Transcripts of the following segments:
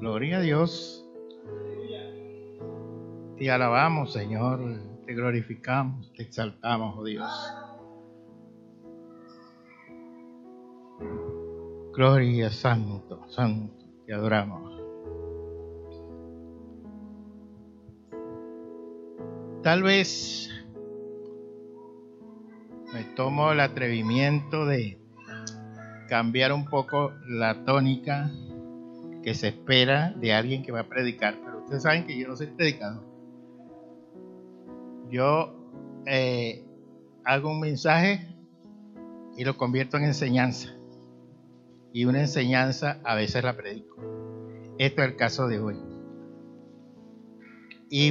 Gloria a Dios. Te alabamos, Señor. Te glorificamos, te exaltamos, oh Dios. Gloria, santo, santo, te adoramos. Tal vez me tomo el atrevimiento de cambiar un poco la tónica que se espera de alguien que va a predicar, pero ustedes saben que yo no soy predicador. Yo hago un mensaje y lo convierto en enseñanza, y una enseñanza a veces la predico. Esto es el caso de hoy. Y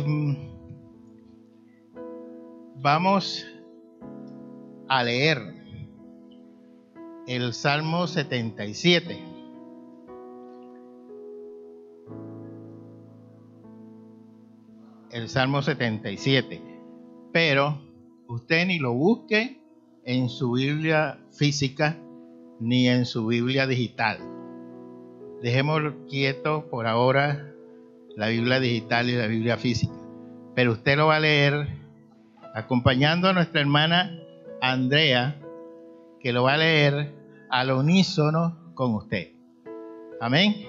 vamos a leer el Salmo 77. El Salmo 77. Pero usted ni lo busque en su Biblia física ni en su Biblia digital. Dejémoslo quieto por ahora, la Biblia digital y la Biblia física. Pero usted lo va a leer acompañando a nuestra hermana Andrea, que lo va a leer al unísono con usted. Amén.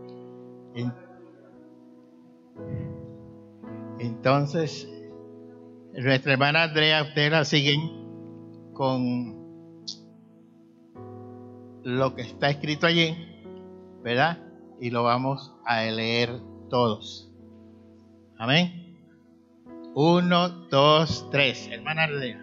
Entonces, nuestra hermana Andrea, ustedes la siguen con lo que está escrito allí, ¿verdad? Y lo vamos a leer todos. Amén. 1, 2, 3. Hermana Andrea.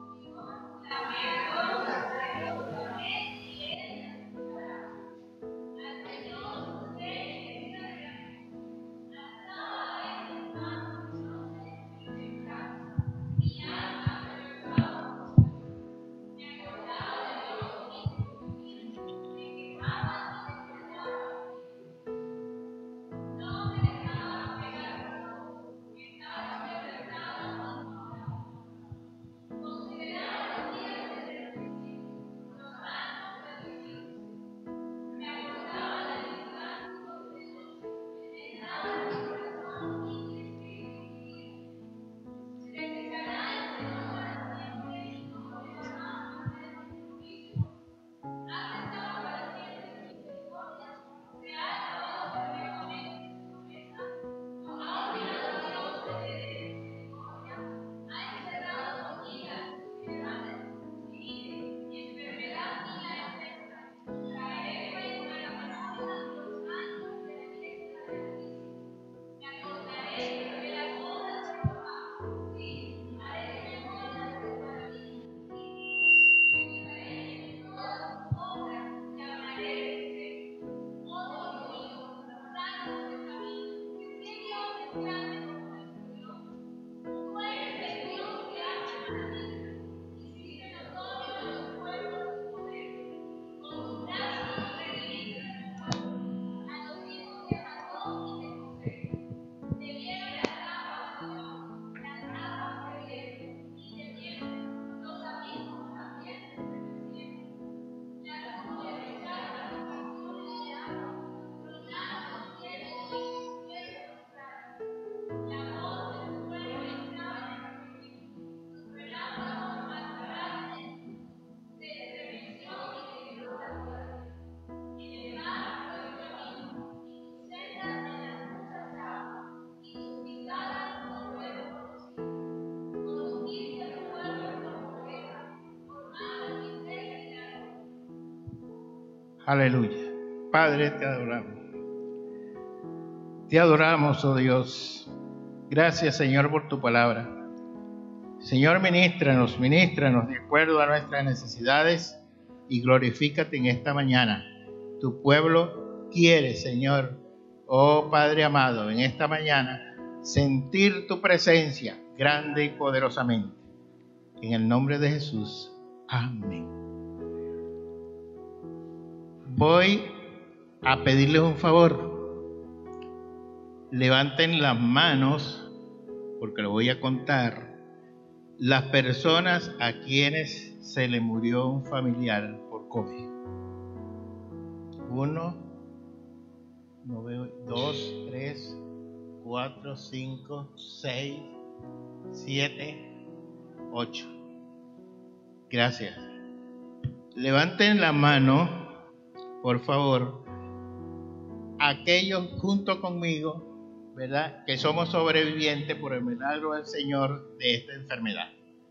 Aleluya. Padre, te adoramos. Te adoramos, oh Dios. Gracias, Señor, por tu palabra. Señor, ministranos de acuerdo a nuestras necesidades y glorifícate en esta mañana. Tu pueblo quiere, Señor, oh Padre amado, en esta mañana sentir tu presencia grande y poderosamente. En el nombre de Jesús. Amén. Voy a pedirles un favor. Levanten las manos, porque lo voy a contar, las personas a quienes se le murió un familiar por COVID. 1, no veo 2, 3, 4, 5, 6, 7, 8. Gracias. Levanten la mano, por favor, aquellos junto conmigo, ¿verdad?, que somos sobrevivientes por el milagro del Señor de esta enfermedad.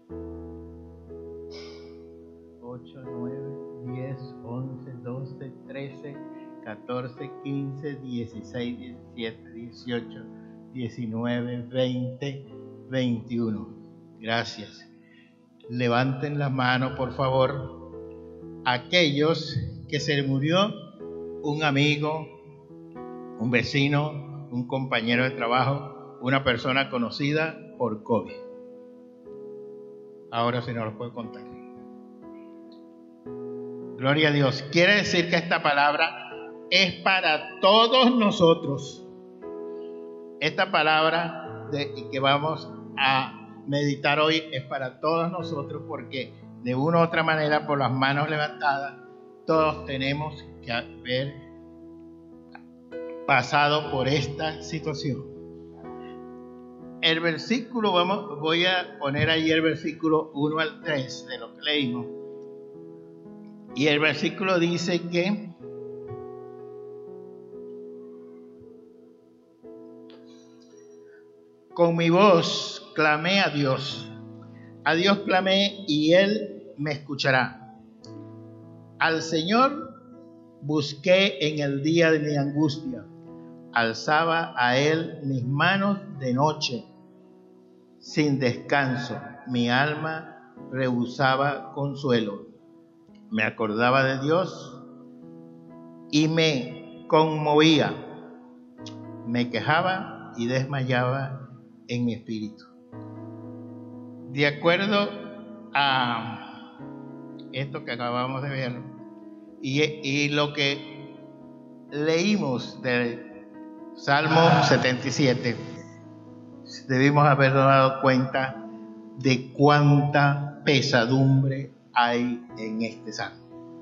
8, 9, 10, 11, 12, 13, 14, 15, 16, 17, 18, 19, 20, 21. Gracias. Levanten la mano, por favor, aquellos que se le murió un amigo, un vecino, un compañero de trabajo, una persona conocida por COVID. Ahora sí nos lo puede contar. Gloria a Dios. Quiere decir que esta palabra es para todos nosotros. Esta palabra que vamos a meditar hoy es para todos nosotros, porque de una u otra manera, por las manos levantadas, todos tenemos que haber pasado por esta situación. El versículo, voy a poner ahí el versículo 1 al 3 de lo que leímos. Y el versículo dice que con mi voz clamé a Dios clamé y Él me escuchará. Al Señor busqué en el día de mi angustia, alzaba a Él mis manos de noche, sin descanso, mi alma rehusaba consuelo. Me acordaba de Dios y me conmovía, me quejaba y desmayaba en mi espíritu. De acuerdo a esto que acabamos de ver y lo que leímos del Salmo 77, debimos haber dado cuenta de cuánta pesadumbre hay en este salmo.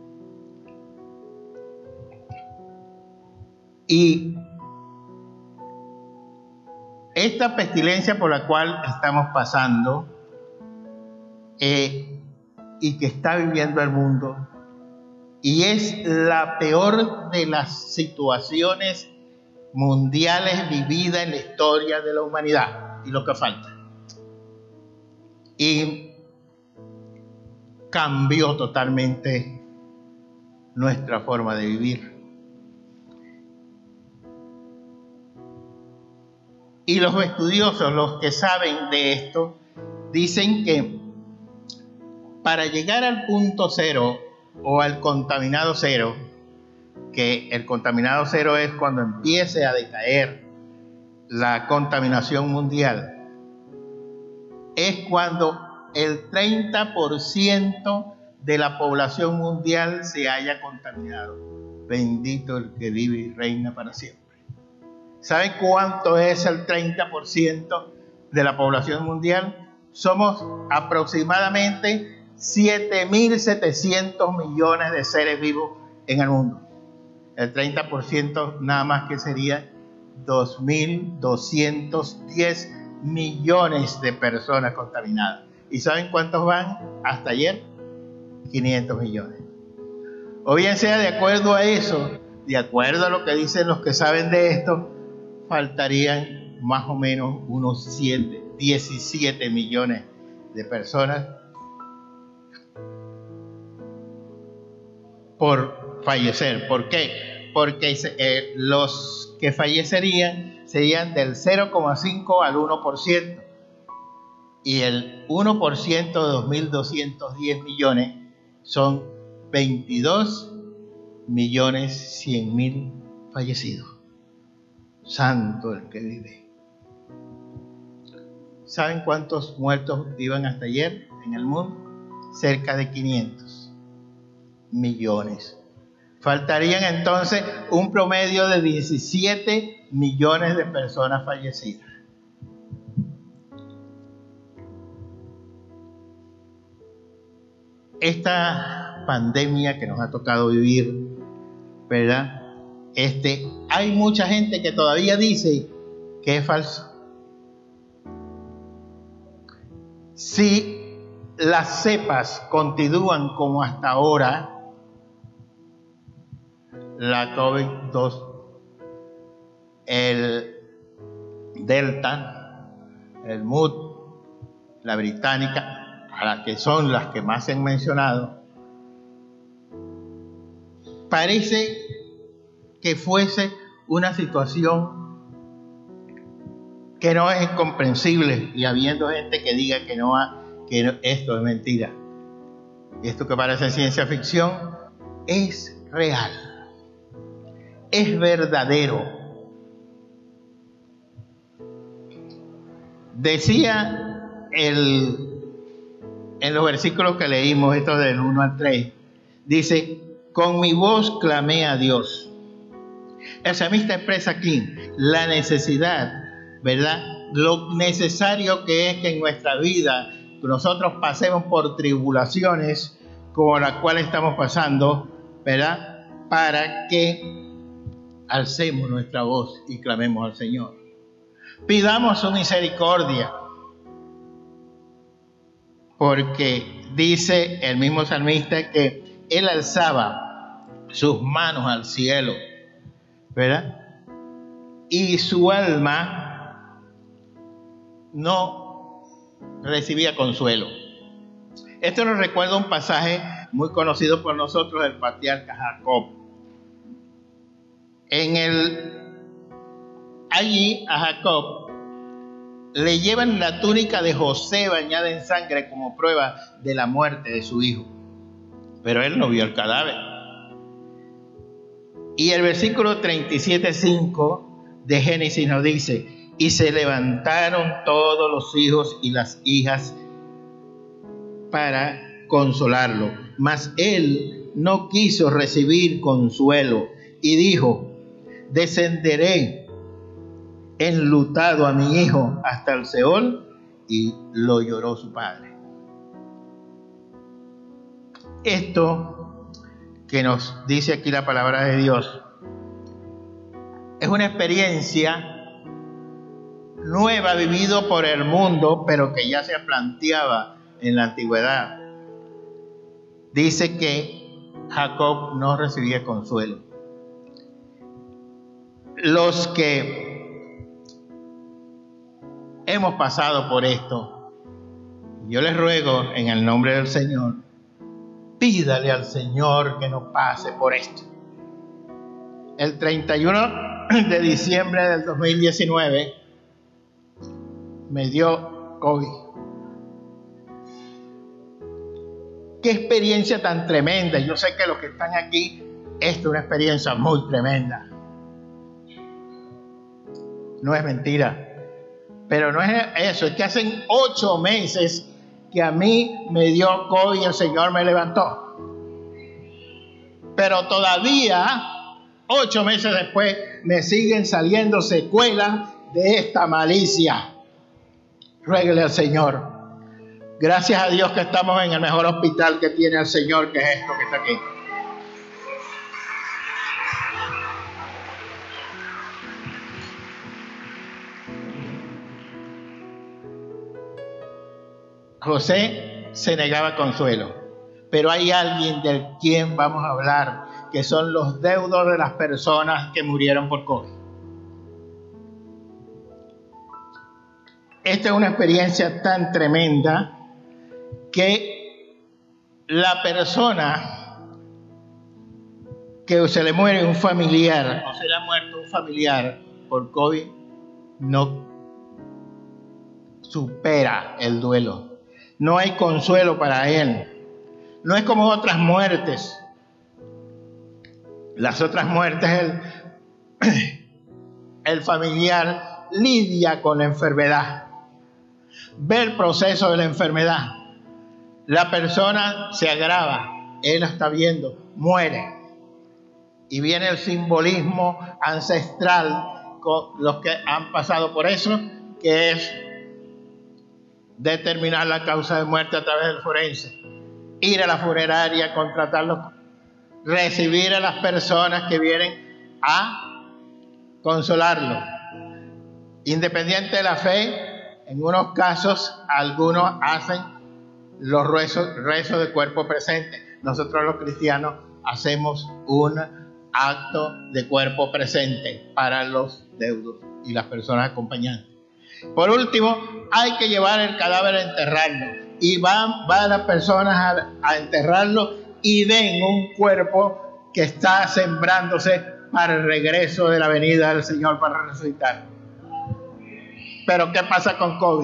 Y esta pestilencia por la cual estamos pasando y que está viviendo el mundo, y es la peor de las situaciones mundiales vividas en la historia de la humanidad y lo que falta. Y cambió totalmente nuestra forma de vivir. Y los estudiosos, los que saben de esto, dicen que para llegar al punto cero o al contaminado cero, que el contaminado cero es cuando empiece a decaer la contaminación mundial, es cuando el 30% de la población mundial se haya contaminado. Bendito el que vive y reina para siempre. ¿Saben cuánto es el 30% de la población mundial? Somos aproximadamente 7.700 millones de seres vivos en el mundo. El 30% nada más que sería 2.210 millones de personas contaminadas. ¿Y saben cuántos van hasta ayer? 500 millones. O bien sea, de acuerdo a eso, de acuerdo a lo que dicen los que saben de esto, faltarían más o menos unos 17 millones de personas por fallecer. ¿Por qué? Porque los que fallecerían serían del 0,5 al 1%. Y el 1% de 2.210 millones son 22.100.000 fallecidos. Santo el que vive. ¿Saben cuántos muertos iban hasta ayer en el mundo? Cerca de 500 millones. Faltarían entonces un promedio de 17 millones de personas fallecidas. Esta pandemia que nos ha tocado vivir, ¿verdad?, hay mucha gente que todavía dice que es falso. Si las cepas continúan como hasta ahora, la COVID-2, el Delta, el Mood, la británica, a las que son las que más se han mencionado, parece que fuese una situación que no es comprensible, y habiendo gente que diga que esto es mentira. Y esto que parece ciencia ficción es real, es verdadero. Decía en los versículos que leímos, esto del 1 al 3, dice: con mi voz clamé a Dios. El salmista expresa aquí la necesidad, ¿verdad? Lo necesario que es que en nuestra vida nosotros pasemos por tribulaciones como las cuales estamos pasando, ¿verdad? Para que alcemos nuestra voz y clamemos al Señor. Pidamos su misericordia, porque dice el mismo salmista que él alzaba sus manos al cielo, ¿verdad? Y su alma no recibía consuelo. Esto nos recuerda un pasaje muy conocido por nosotros del patriarca Jacob. Allí a Jacob le llevan la túnica de José bañada en sangre como prueba de la muerte de su hijo, pero él no vio el cadáver. Y el versículo 37:5 de Génesis nos dice: y se levantaron todos los hijos y las hijas para consolarlo, mas él no quiso recibir consuelo y dijo: descenderé enlutado a mi hijo hasta el Seol. Y lo lloró su padre. Esto que nos dice aquí la palabra de Dios es una experiencia nueva vivido por el mundo, pero que ya se planteaba en la antigüedad. Dice que Jacob no recibía consuelo. Los que hemos pasado por esto, yo les ruego en el nombre del Señor, pídale al Señor que no pase por esto. El 31 de diciembre del 2019 me dio COVID. Qué experiencia tan tremenda. Yo sé que los que están aquí, esto es una experiencia muy tremenda. No es mentira. Pero no es eso, es que hacen 8 meses que a mí me dio COVID y el Señor me levantó. Pero todavía, 8 meses después, me siguen saliendo secuelas de esta malicia. Ruéguele al Señor. Gracias a Dios que estamos en el mejor hospital que tiene el Señor, que es esto que está aquí. José se negaba consuelo, pero hay alguien del quien vamos a hablar, que son los deudos de las personas que murieron por COVID. Esta es una experiencia tan tremenda que la persona que se le muere un familiar o se le ha muerto un familiar por COVID no supera el duelo. No hay consuelo para él. No es como otras muertes. Las otras muertes, el familiar lidia con la enfermedad, ve el proceso de la enfermedad. La persona se agrava, él la está viendo, muere. Y viene el simbolismo ancestral con los que han pasado por eso, que es determinar la causa de muerte a través del forense, ir a la funeraria, contratarlos, recibir a las personas que vienen a consolarlo. Independiente de la fe, en unos casos algunos hacen los rezos de cuerpo presente. Nosotros los cristianos hacemos un acto de cuerpo presente para los deudos y las personas acompañantes. Por último, hay que llevar el cadáver a enterrarlo. Y van las personas a enterrarlo y ven un cuerpo que está sembrándose para el regreso de la venida del Señor para resucitar. Pero ¿qué pasa con COVID?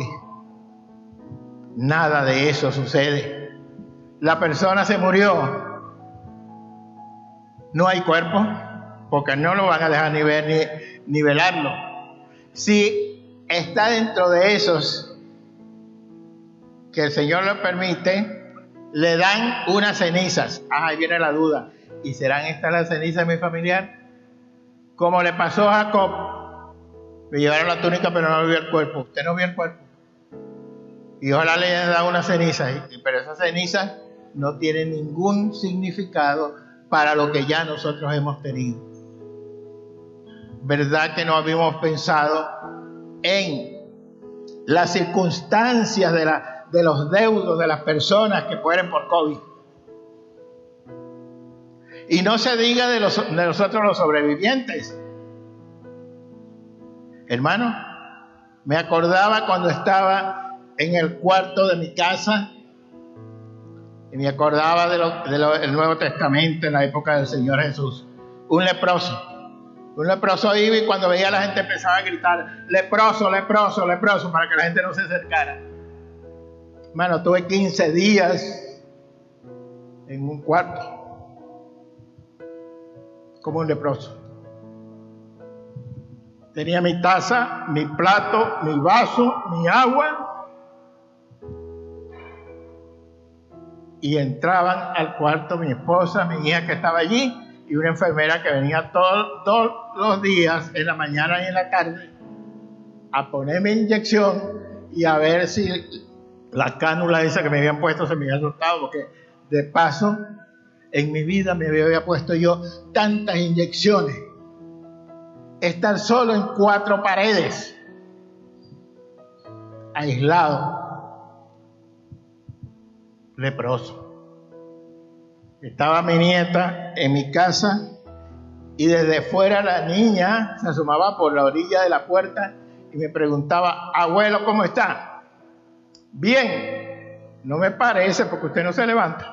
Nada de eso sucede. La persona se murió. No hay cuerpo, porque no lo van a dejar ni ver ni velarlo. Si está dentro de esos que el Señor le permite, le dan unas cenizas. Ahí viene la duda. ¿Y serán estas las cenizas de mi familiar? Como le pasó a Jacob. Me llevaron la túnica, pero no vio el cuerpo. Usted no vio el cuerpo. Y ojalá le hayan dado unas cenizas. Pero esas cenizas no tienen ningún significado para lo que ya nosotros hemos tenido. ¿Verdad que no habíamos pensado en las circunstancias de los deudos de las personas que mueren por COVID? Y no se diga de nosotros los sobrevivientes. Hermano, me acordaba cuando estaba en el cuarto de mi casa y me acordaba del Nuevo Testamento en la época del Señor Jesús. Un leproso iba y cuando veía a la gente empezaba a gritar: leproso, leproso, leproso, para que la gente no se acercara. Hermano, tuve 15 días en un cuarto como un leproso. Tenía mi taza, mi plato, mi vaso, mi agua. Y entraban al cuarto mi esposa, mi hija que estaba allí, y una enfermera que venía todos los días, en la mañana y en la tarde, a ponerme inyección y a ver si la cánula esa que me habían puesto se me había soltado, porque de paso en mi vida me había puesto yo tantas inyecciones. Estar solo en 4 paredes, aislado, leproso. Estaba mi nieta en mi casa y desde fuera la niña se asomaba por la orilla de la puerta y me preguntaba: abuelo, ¿cómo está? Bien. No me parece, porque usted no se levanta.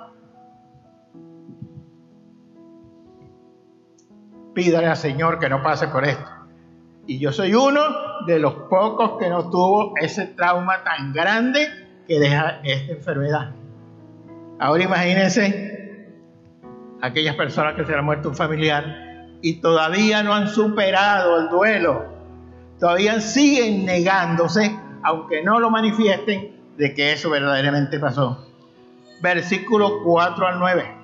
Pídale al Señor que no pase por esto. Y yo soy uno de los pocos que no tuvo ese trauma tan grande que deja esta enfermedad. Ahora imagínense aquellas personas que se les ha muerto un familiar y todavía no han superado el duelo. Todavía siguen negándose, aunque no lo manifiesten, de que eso verdaderamente pasó. Versículo 4 al 9.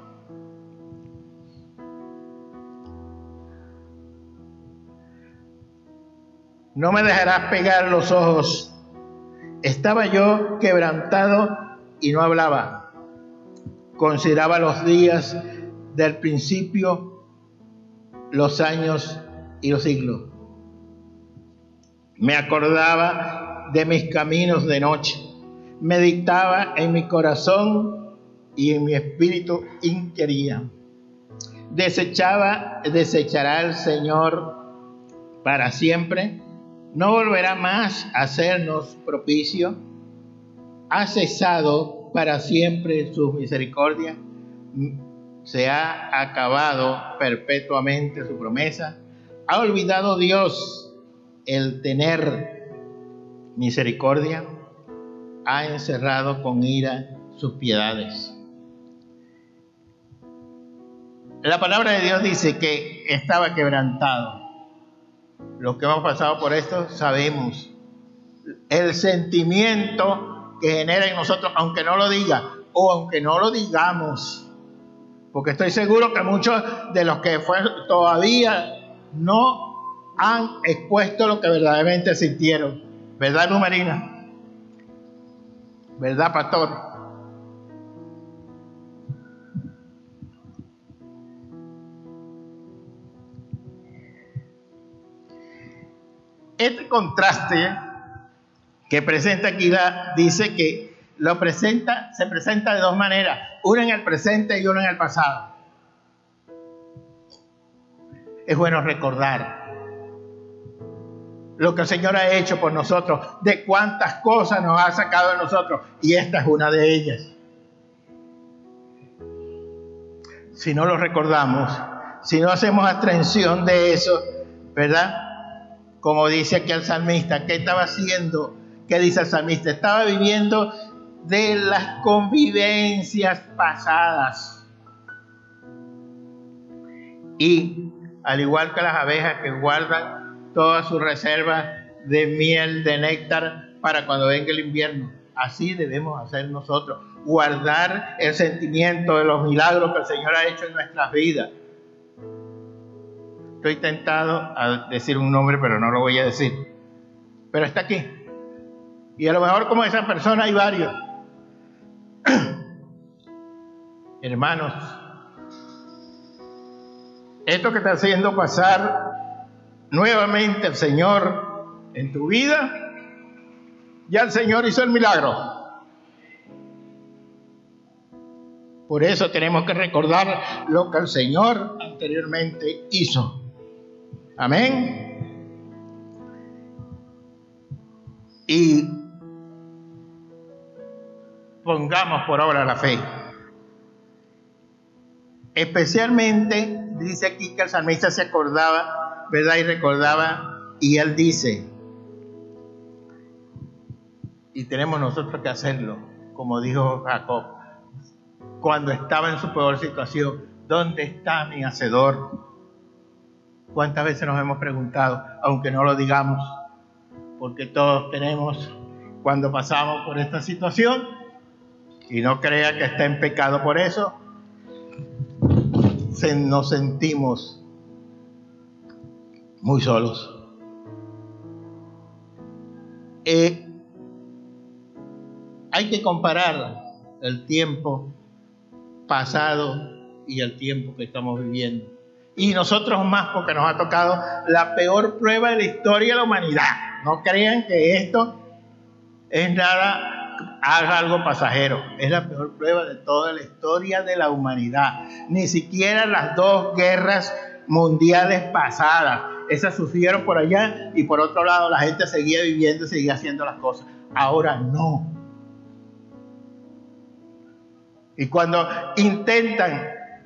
No me dejarás pegar los ojos. Estaba yo quebrantado y no hablaba. Consideraba los días del principio, los años y los siglos. Me acordaba de mis caminos de noche. Meditaba en mi corazón y en mi espíritu inquiría. Desechará el Señor para siempre. No volverá más a hacernos propicio. Ha cesado para siempre su misericordia. Se ha acabado perpetuamente su promesa. Ha olvidado Dios el tener misericordia. Ha encerrado con ira sus piedades. La palabra de Dios dice que estaba quebrantado. Los que hemos pasado por esto sabemos el sentimiento que genera en nosotros, aunque no lo diga o aunque no lo digamos, porque estoy seguro que muchos de los que todavía no han expuesto lo que verdaderamente sintieron. ¿Verdad, Lumarina? ¿Verdad, pastor? Este contraste que presenta aquí dice que se presenta de dos maneras, una en el presente y una en el pasado. Es bueno recordar lo que el Señor ha hecho por nosotros, de cuántas cosas nos ha sacado de nosotros, y esta es una de ellas. Si no lo recordamos, si no hacemos abstención de eso, ¿verdad? Como dice aquí el salmista, ¿qué estaba haciendo? ¿Qué dice el salmista? Estaba viviendo de las convivencias pasadas. Y al igual que las abejas que guardan toda su reserva de miel, de néctar, para cuando venga el invierno, así debemos hacer nosotros. Guardar el sentimiento de los milagros que el Señor ha hecho en nuestras vidas. Estoy tentado a decir un nombre, pero no lo voy a decir. Pero está aquí. Y a lo mejor como esa persona hay varios. Hermanos, esto que está haciendo pasar nuevamente el Señor en tu vida, ya el Señor hizo el milagro. Por eso tenemos que recordar lo que el Señor anteriormente hizo. Amén. Y pongamos por obra la fe. Especialmente, dice aquí que el salmista se acordaba, ¿verdad? Y recordaba, y él dice, y tenemos nosotros que hacerlo, como dijo Jacob, cuando estaba en su peor situación, ¿dónde está mi hacedor? ¿Cuántas veces nos hemos preguntado, aunque no lo digamos? Porque todos tenemos, cuando pasamos por esta situación, y no crea que está en pecado por eso, nos sentimos muy solos. Hay que comparar el tiempo pasado y el tiempo que estamos viviendo. Y nosotros más, porque nos ha tocado la peor prueba de la historia de la humanidad. No crean que esto es nada, algo pasajero. Es la peor prueba de toda la historia de la humanidad. Ni siquiera las dos guerras mundiales pasadas. Esas sufrieron por allá y por otro lado la gente seguía viviendo y seguía haciendo las cosas. Ahora no. Y cuando intentan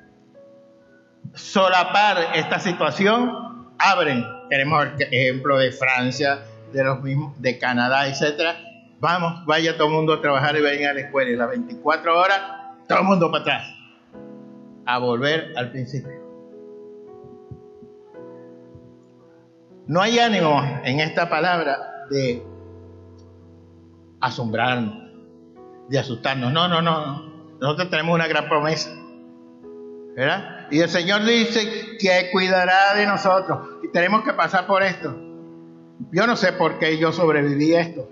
solapar esta situación, abren. Tenemos el ejemplo de Francia, de los mismos, de Canadá, etcétera. Vamos, vaya todo el mundo a trabajar y venga a la escuela. Y las 24 horas, todo el mundo para atrás. A volver al principio. No hay ánimo en esta palabra de asombrarnos, de asustarnos. No. Nosotros tenemos una gran promesa, ¿verdad? Y el Señor dice que cuidará de nosotros. Y tenemos que pasar por esto. Yo no sé por qué yo sobreviví a esto.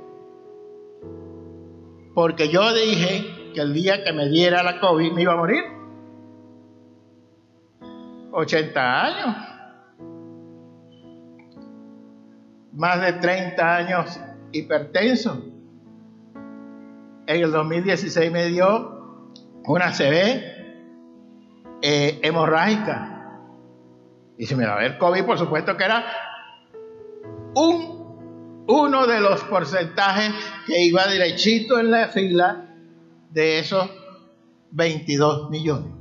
Porque yo dije que el día que me diera la COVID me iba a morir. 80 años. Más de 30 años hipertenso. En el 2016 me dio una ACV hemorrágica. Y si me va a ver COVID, por supuesto que era uno de los porcentajes que iba derechito en la fila de esos 22 millones.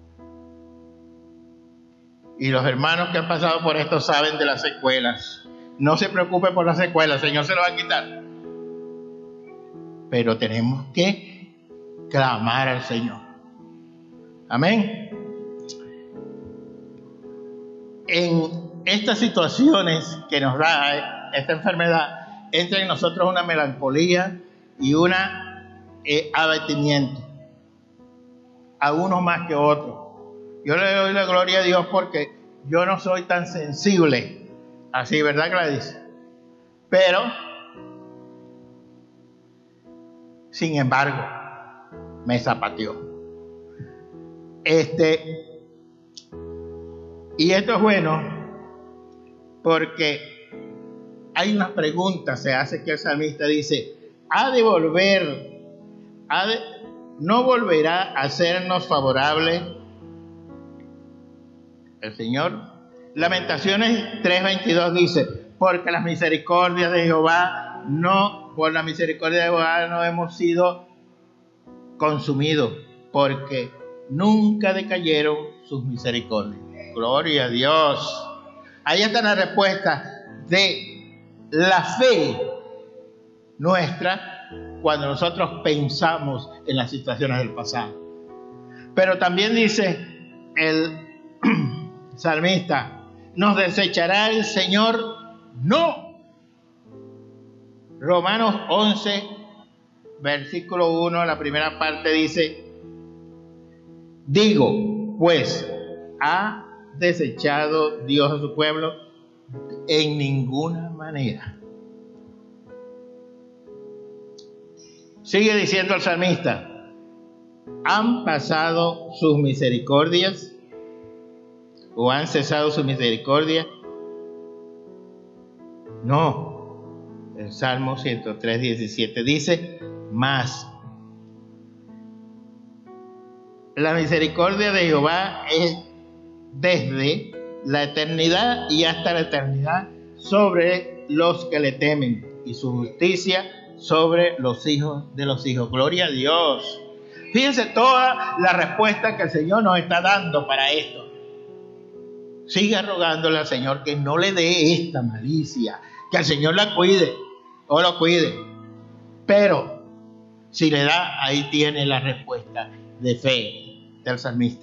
Y los hermanos que han pasado por esto saben de las secuelas. No se preocupe por las secuelas, el Señor se lo va a quitar. Pero tenemos que clamar al Señor. Amén. En estas situaciones que nos da esta enfermedad, entra en nosotros una melancolía y un abatimiento. A unos más que otros. Yo le doy la gloria a Dios porque yo no soy tan sensible. Así, ¿verdad, Gladys? Pero, sin embargo, me zapateó. Y esto es bueno porque hay una pregunta, se hace que el salmista dice, ¿no volverá a hacernos favorable el Señor? Lamentaciones 3:22 dice, porque las misericordias de Jehová por la misericordia de Jehová no hemos sido consumidos, porque nunca decayeron sus misericordias. Gloria a Dios. Ahí está la respuesta de la fe nuestra cuando nosotros pensamos en las situaciones del pasado. Pero también dice el salmista, ¿nos desechará el Señor? No. Romanos 11, versículo 1, la primera parte dice, digo, pues, ¿ha desechado Dios a su pueblo? En ninguna manera. Sigue diciendo el salmista, ¿han pasado sus misericordias? ¿O han cesado su misericordia? No. El Salmo 103:17 dice, más. La misericordia de Jehová es desde la eternidad y hasta la eternidad sobre los que le temen, y su justicia sobre los hijos de los hijos. Gloria a Dios. Fíjense toda la respuesta que el Señor nos está dando para esto. Siga rogándole al Señor que no le dé esta malicia, que el Señor la cuide o lo cuide. Pero si le da, ahí tiene la respuesta de fe del salmista.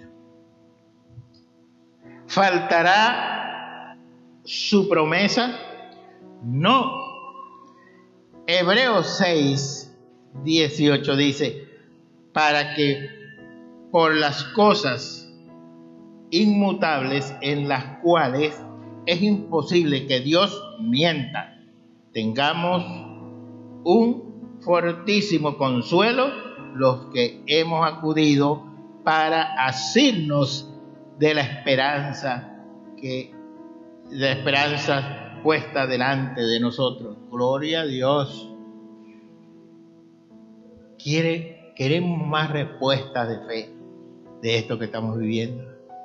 ¿Faltará su promesa? No. Hebreos 6:18 dice, para que por las cosas inmutables en las cuales es imposible que Dios mienta, tengamos un fortísimo consuelo los que hemos acudido para asirnos de la esperanza puesta delante de nosotros. Gloria a Dios. Queremos más respuestas de fe de esto que estamos viviendo.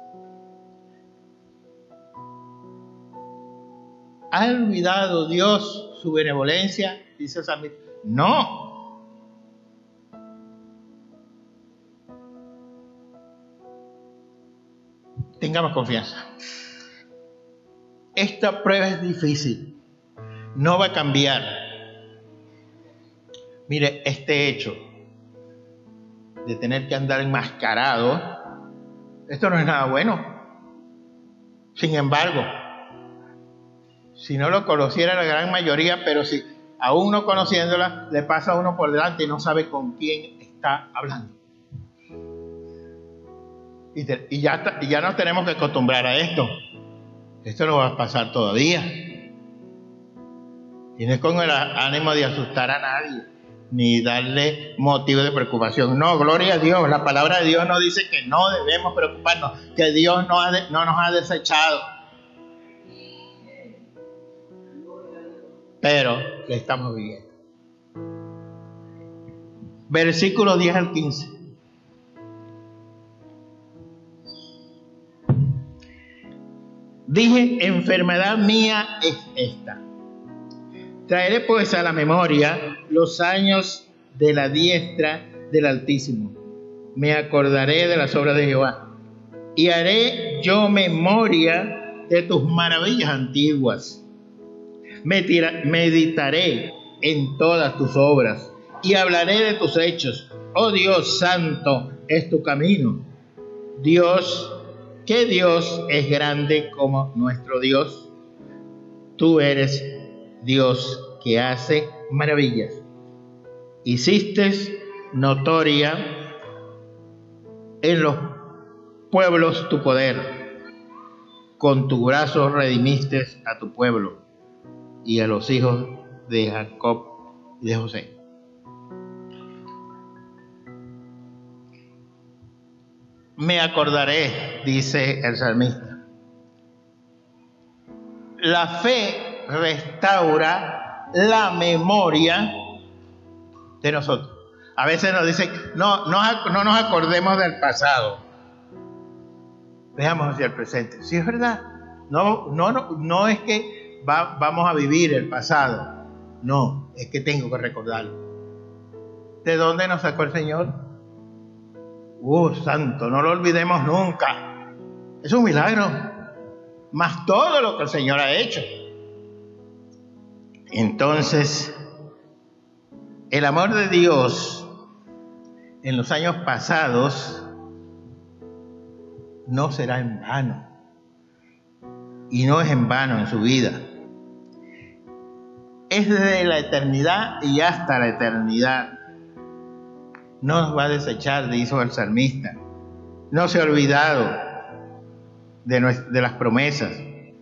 ¿Ha olvidado Dios su benevolencia? Dice el salmista. No. Tengamos confianza. Esta prueba es difícil. No va a cambiar. Mire, este hecho de tener que andar enmascarado, esto no es nada bueno. Sin embargo, si no lo conociera la gran mayoría, pero si aún no conociéndola, le pasa a uno por delante y no sabe con quién está hablando. Y ya nos tenemos que acostumbrar a esto. Esto no va a pasar todavía. Y no es con el ánimo de asustar a nadie, ni darle motivo de preocupación. No, gloria a Dios. La palabra de Dios nos dice que no debemos preocuparnos, que Dios no nos ha desechado. Pero lo estamos viviendo. Versículos 10 al 15. Dije, enfermedad mía es esta. Traeré pues a la memoria los años de la diestra del Altísimo. Me acordaré de las obras de Jehová. Y haré yo memoria de tus maravillas antiguas. Meditaré en todas tus obras y hablaré de tus hechos. Oh Dios, santo es tu camino. Dios, ¿qué Dios es grande como nuestro Dios? Tú eres Dios que hace maravillas. Hiciste notoria en los pueblos tu poder. Con tu brazo redimiste a tu pueblo y a los hijos de Jacob y de José. Me acordaré, dice el salmista. La fe restaura la memoria de nosotros. A veces nos dicen, no nos acordemos del pasado. Veamos hacia el presente. Sí, es verdad. No es que vamos a vivir el pasado. No, es que tengo que recordarlo. ¿De dónde nos sacó el Señor? Santo, no lo olvidemos nunca. Es un milagro. Más todo lo que el Señor ha hecho. Entonces, el amor de Dios en los años pasados no será en vano. Y no es en vano en su vida. Es desde la eternidad y hasta la eternidad. No nos va a desechar, dijo el salmista. No se ha olvidado de las promesas.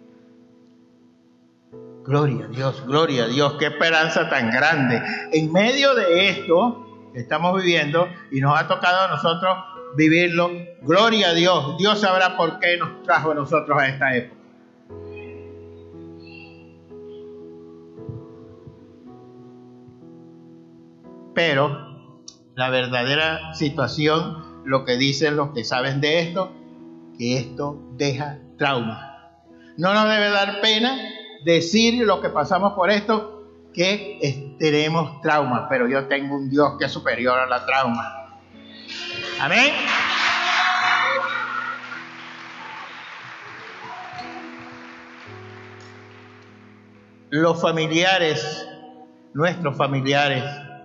Gloria a Dios, qué esperanza tan grande. En medio de esto que estamos viviendo y nos ha tocado a nosotros vivirlo, gloria a Dios. Dios sabrá por qué nos trajo a nosotros a esta época. Pero la verdadera situación, lo que dicen los que saben de esto, que esto deja trauma. No nos debe dar pena decir lo que pasamos por esto, que tenemos trauma, pero yo tengo un Dios que es superior a la trauma. Amén. Los familiares, nuestros familiares,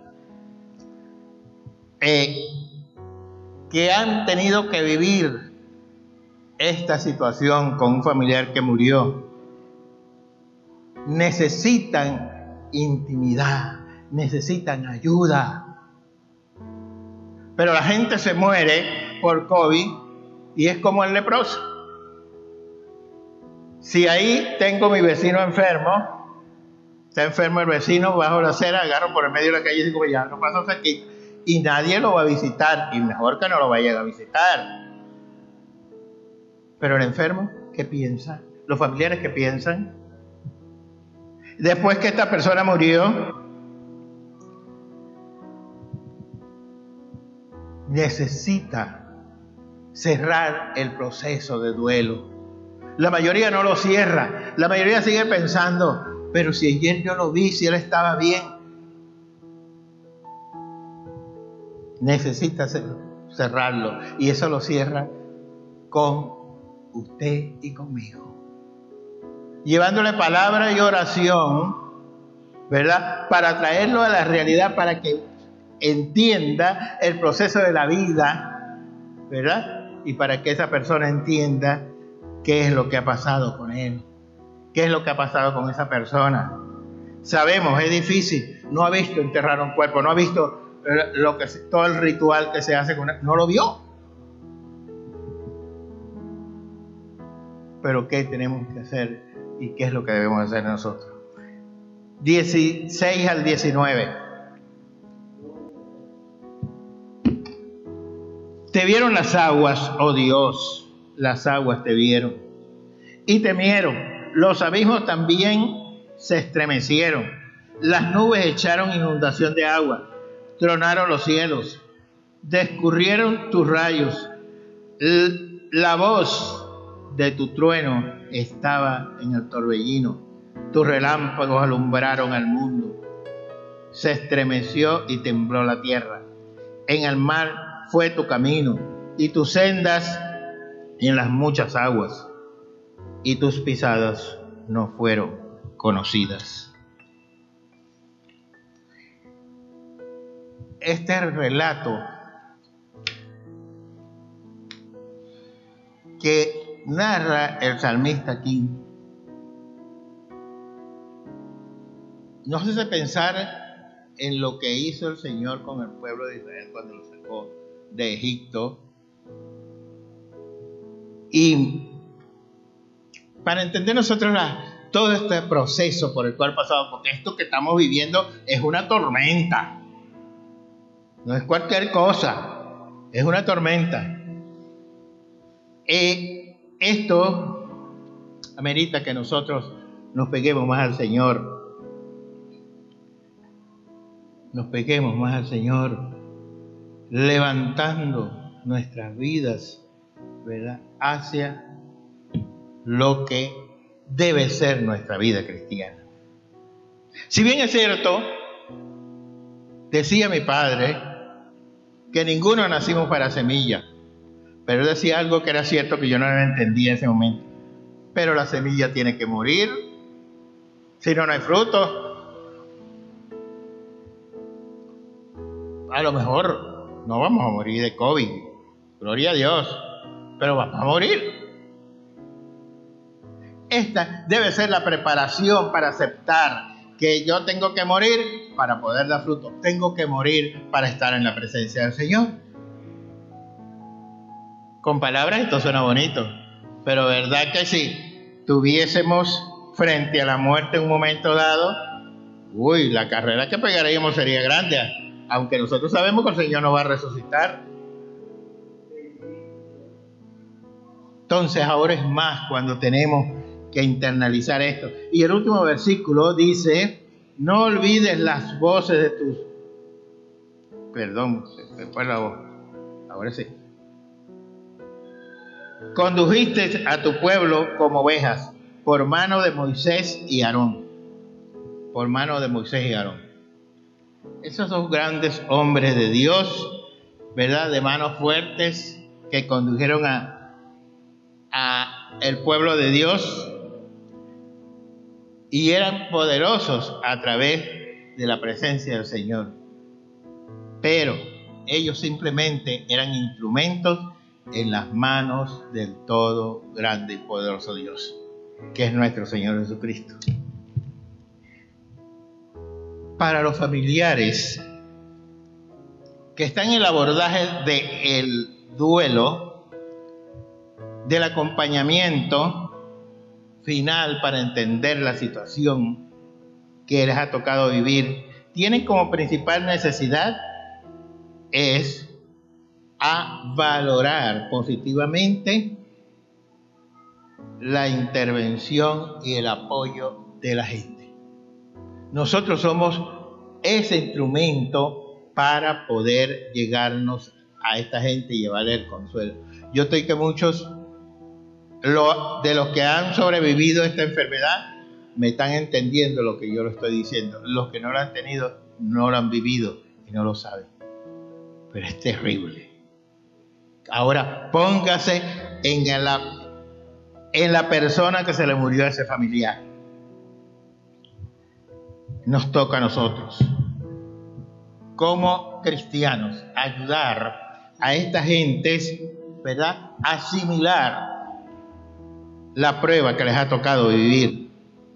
que han tenido que vivir esta situación con un familiar que murió, necesitan intimidad, necesitan ayuda. Pero la gente se muere por COVID y es como el leproso. Si ahí tengo mi vecino enfermo, está enfermo el vecino, bajo la acera, agarro por el medio de la calle y digo, ya no pasas aquí. Y nadie lo va a visitar, y mejor que no lo vayan a visitar. Pero el enfermo, ¿qué piensa? Los familiares, ¿qué piensan? Después que esta persona murió, necesita cerrar el proceso de duelo. La mayoría no lo cierra, la mayoría sigue pensando, pero si ayer yo lo vi, si él estaba bien. Necesita cerrarlo, y eso lo cierra con usted y conmigo, llevándole palabra y oración, ¿verdad? Para traerlo a la realidad, para que entienda el proceso de la vida, ¿verdad? Y para que esa persona entienda qué es lo que ha pasado con él, qué es lo que ha pasado con esa persona. Sabemos, es difícil, no ha visto enterrar un cuerpo, no ha visto todo el ritual que se hace con él, no lo vio. Pero ¿qué tenemos que hacer y qué es lo que debemos hacer nosotros? 16 al 19. Te vieron las aguas, oh Dios, las aguas te vieron y temieron. Los abismos también se estremecieron. Las nubes echaron inundación de agua. Tronaron los cielos, descurrieron tus rayos, la voz de tu trueno estaba en el torbellino, tus relámpagos alumbraron al mundo, se estremeció y tembló la tierra, en el mar fue tu camino y tus sendas en las muchas aguas, y tus pisadas no fueron conocidas. Este relato que narra el salmista aquí nos hace pensar en lo que hizo el Señor con el pueblo de Israel cuando lo sacó de Egipto. Y para entender nosotros todo este proceso por el cual pasamos, porque esto que estamos viviendo es una tormenta. No es cualquier cosa, es una tormenta. Esto amerita que nosotros nos peguemos más al Señor. Nos peguemos más al Señor, levantando nuestras vidas, ¿verdad?, hacia lo que debe ser nuestra vida cristiana. Si bien es cierto, decía mi padre que ninguno nacimos para semilla, pero él decía algo que era cierto que yo no entendía en ese momento. Pero la semilla tiene que morir, si no, no hay fruto. A lo mejor no vamos a morir de COVID, gloria a Dios, pero vamos a morir. Esta debe ser la preparación para aceptar que yo tengo que morir para poder dar fruto. Tengo que morir para estar en la presencia del Señor. Con palabras esto suena bonito, pero verdad que si tuviésemos frente a la muerte en un momento dado, la carrera que pegaríamos sería grande, aunque nosotros sabemos que el Señor nos va a resucitar. Entonces ahora es más cuando tenemos que internalizar esto. Y el último versículo dice: no olvides las voces de tus... Perdón, se fue la voz. Ahora sí. Condujiste a tu pueblo como ovejas por mano de Moisés y Aarón. Por mano de Moisés y Aarón. Esos dos grandes hombres de Dios, ¿verdad?, de manos fuertes, que condujeron a el pueblo de Dios y eran poderosos a través de la presencia del Señor. Pero ellos simplemente eran instrumentos en las manos del todo grande y poderoso Dios, que es nuestro Señor Jesucristo. Para los familiares que están en el abordaje del duelo, del acompañamiento final para entender la situación que les ha tocado vivir, tienen como principal necesidad es a valorar positivamente la intervención y el apoyo de la gente. Nosotros somos ese instrumento para poder llegarnos a esta gente y llevarle el consuelo. Yo estoy que muchos de los que han sobrevivido a esta enfermedad me están entendiendo lo que yo lo estoy diciendo. Los que no lo han tenido no lo han vivido y no lo saben. Pero es terrible. Ahora póngase en la persona que se le murió a ese familiar. Nos toca a nosotros, como cristianos, ayudar a estas gentes, ¿verdad?, a asimilar la prueba que les ha tocado vivir.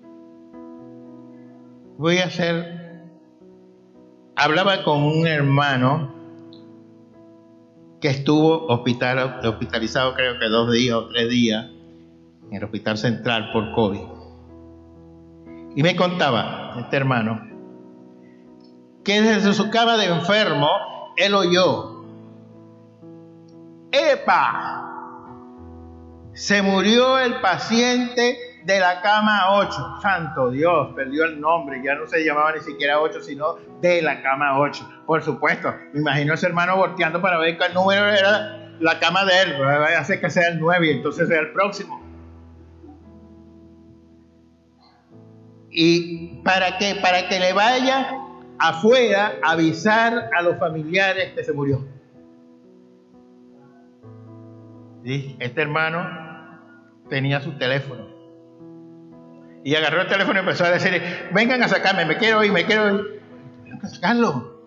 Hablaba con un hermano que estuvo hospitalizado, creo que 2 días o 3 días, en el Hospital Central por COVID. Y me contaba este hermano que desde su cama de enfermo, él oyó: ¡epa! Se murió el paciente de la cama 8. Santo Dios, perdió el nombre, ya no se llamaba ni siquiera 8, sino de la cama 8. Por supuesto, me imagino ese hermano volteando para ver qué número era la cama de él. Vaya a ser que sea el 9 y entonces sea el próximo. ¿Y para qué? Para que le vaya afuera a avisar a los familiares que se murió. ¿Sí? Este hermano tenía su teléfono y agarró el teléfono y empezó a decir: vengan a sacarme, me quiero ir. Vengan a sacarlo.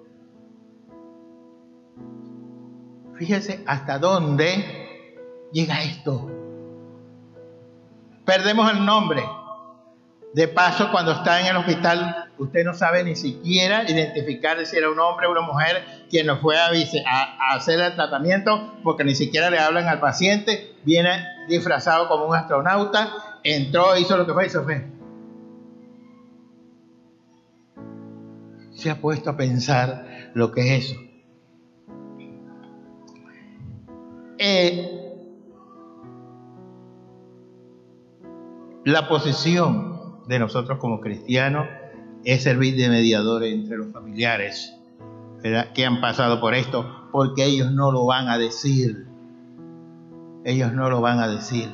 Fíjese hasta dónde llega esto. Perdemos el nombre. De paso, cuando está en el hospital, usted no sabe ni siquiera identificar si era un hombre o una mujer quien nos fue a hacer el tratamiento, porque ni siquiera le hablan al paciente. Viene disfrazado como un astronauta, entró, hizo lo que fue y se fue. Se ha puesto a pensar lo que es eso. La posición de nosotros como cristianos es servir de mediadores entre los familiares, ¿verdad?, que han pasado por esto, porque ellos no lo van a decir. Ellos no lo van a decir.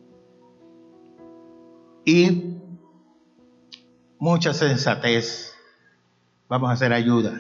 Y mucha sensatez. Vamos a hacer ayuda.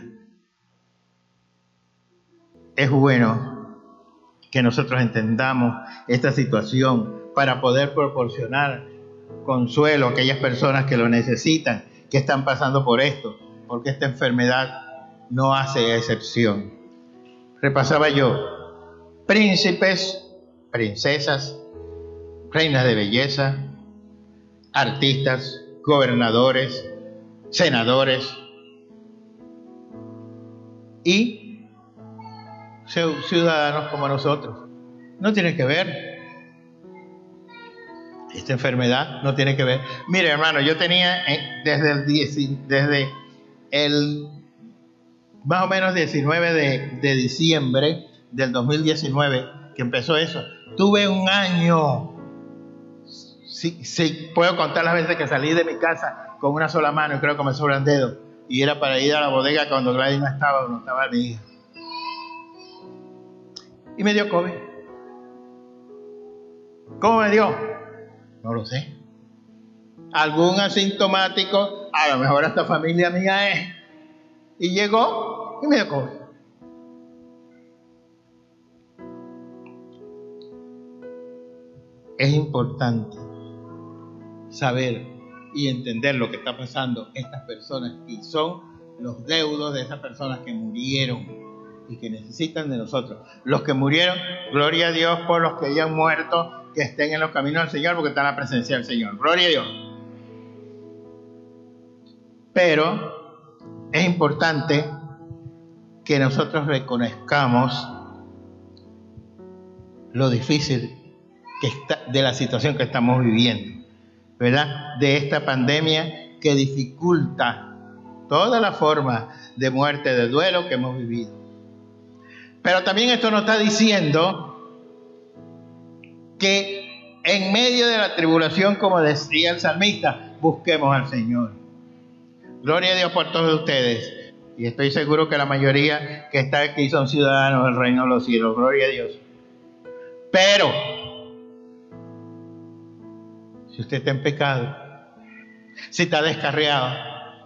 Es bueno que nosotros entendamos esta situación para poder proporcionar consuelo a aquellas personas que lo necesitan, que están pasando por esto, porque esta enfermedad no hace excepción. Repasaba yo: príncipes, princesas, reinas de belleza, artistas, gobernadores, senadores y ciudadanos como nosotros. No tiene que ver. Esta enfermedad no tiene que ver. Mire, hermano, yo tenía desde el más o menos 19 de diciembre del 2019 que empezó eso. Tuve un año. Sí, puedo contar las veces que salí de mi casa con una sola mano y creo que me sobran dedos. Y era para ir a la bodega cuando Gladys no estaba mi hija. Y me dio COVID. ¿Cómo me dio? No lo sé. Algún asintomático, a lo mejor hasta familia mía es. Y llegó y me dio COVID. Es importante saber y entender lo que está pasando estas personas, y son los deudos de esas personas que murieron y que necesitan de nosotros. Los que murieron, gloria a Dios por los que ya han muerto, que estén en los caminos del Señor, porque están en la presencia del Señor. Gloria a Dios. Pero es importante que nosotros reconozcamos lo difícil que está, de la situación que estamos viviendo, ¿verdad? De esta pandemia que dificulta toda la forma de muerte, de duelo que hemos vivido. Pero también esto nos está diciendo que en medio de la tribulación, como decía el salmista, busquemos al Señor. Gloria a Dios por todos ustedes. Y estoy seguro que la mayoría que está aquí son ciudadanos del reino de los cielos. Gloria a Dios. Pero si usted está en pecado, si está descarriado,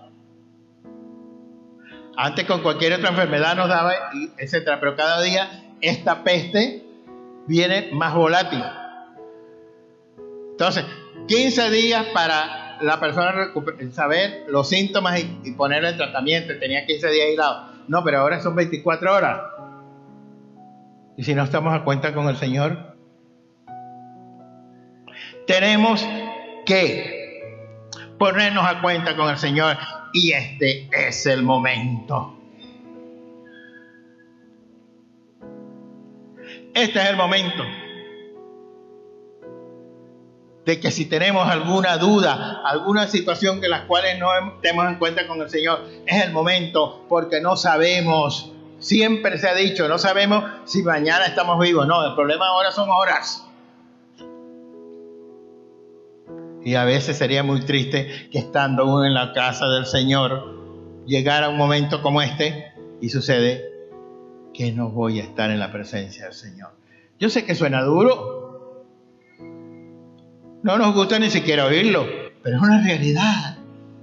antes con cualquier otra enfermedad nos daba, etcétera, pero cada día esta peste viene más volátil. Entonces, 15 días para la persona saber los síntomas y ponerle el tratamiento. Tenía 15 días aislado. No, pero ahora son 24 horas. Y si no estamos a cuenta con el Señor, tenemos que ponernos a cuenta con el Señor, y este es el momento. Este es el momento de que si tenemos alguna duda, alguna situación que las cuales no tenemos en cuenta con el Señor, es el momento, porque no sabemos. Siempre se ha dicho, no sabemos si mañana estamos vivos. No, el problema ahora son horas. Y a veces sería muy triste que estando uno en la casa del Señor llegara un momento como este y sucede que no voy a estar en la presencia del Señor. Yo sé que suena duro, no nos gusta ni siquiera oírlo, pero es una realidad.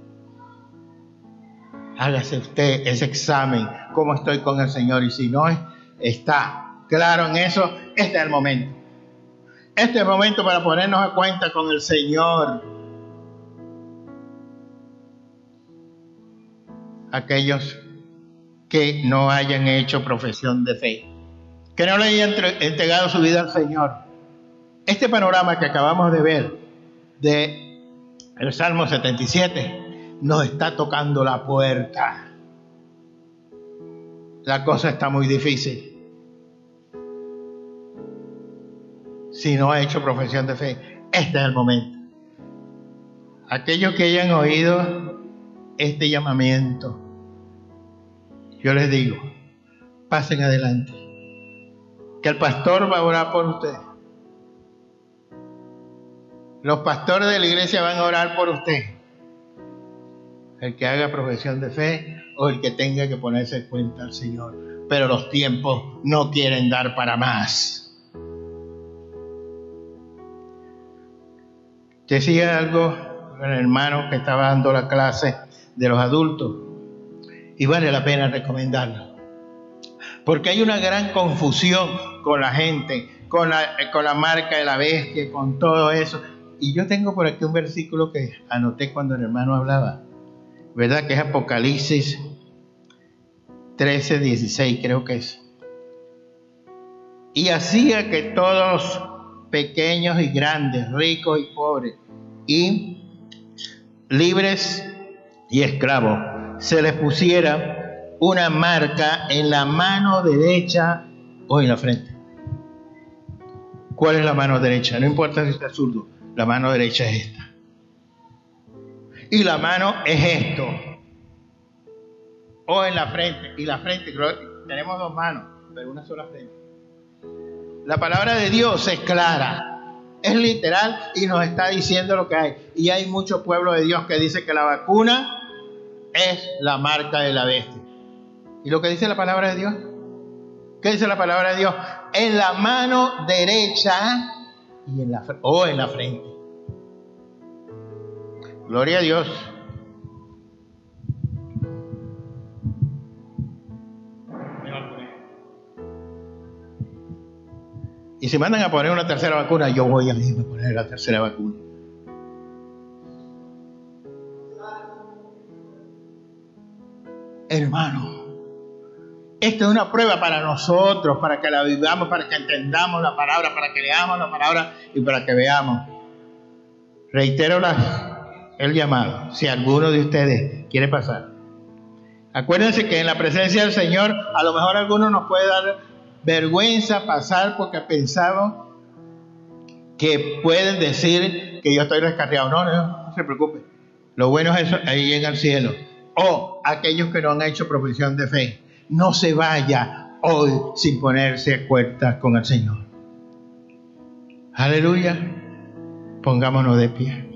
Hágase usted ese examen, cómo estoy con el Señor, y si no está claro en eso, este es el momento. Este es el momento para ponernos a cuenta con el Señor. Aquellos que no hayan hecho profesión de fe, que no le hayan entregado su vida al Señor. Este panorama que acabamos de ver de el Salmo 77 nos está tocando la puerta. La cosa está muy difícil. Si no ha hecho profesión de fe, este es el momento. Aquellos que hayan oído este llamamiento, yo les digo, pasen adelante, que el pastor va a orar por usted. Los pastores de la iglesia van a orar por usted. el que haga profesión de fe o el que tenga que ponerse en cuenta al Señor. Pero los tiempos no quieren dar para más. Decía algo el hermano que estaba dando la clase de los adultos y vale la pena recomendarlo. Porque hay una gran confusión con la gente, con la marca de la bestia, con todo eso. Y yo tengo por aquí un versículo que anoté cuando el hermano hablaba, ¿verdad? Que es Apocalipsis 13:16, creo que es. Y hacía que todos, pequeños y grandes, ricos y pobres, y libres y esclavos, se les pusiera una marca en la mano derecha o en la frente. ¿Cuál es la mano derecha? No importa si está zurdo, la mano derecha es esta. Y la mano es esto. O en la frente. Y la frente, tenemos dos manos, pero una sola frente. La palabra de Dios es clara, es literal y nos está diciendo lo que hay. Y hay mucho pueblo de Dios que dice que la vacuna es la marca de la bestia. ¿Y lo que dice la palabra de Dios? ¿Qué dice la palabra de Dios? En la mano derecha y en la frente. Gloria a Dios. Y si mandan a poner una tercera vacuna, yo voy a irme a poner la tercera vacuna. Hermano, esta es una prueba para nosotros, para que la vivamos, para que entendamos la palabra, para que leamos la palabra y para que veamos. Reitero el llamado, si alguno de ustedes quiere pasar. Acuérdense que en la presencia del Señor, a lo mejor a algunos nos puede dar vergüenza pasar porque pensamos que pueden decir que yo estoy descarriado. No se preocupe. Lo bueno es eso, ahí llega al cielo. O aquellos que no han hecho profesión de fe, no se vaya hoy sin ponerse a cuentas con el Señor. Aleluya. Pongámonos de pie.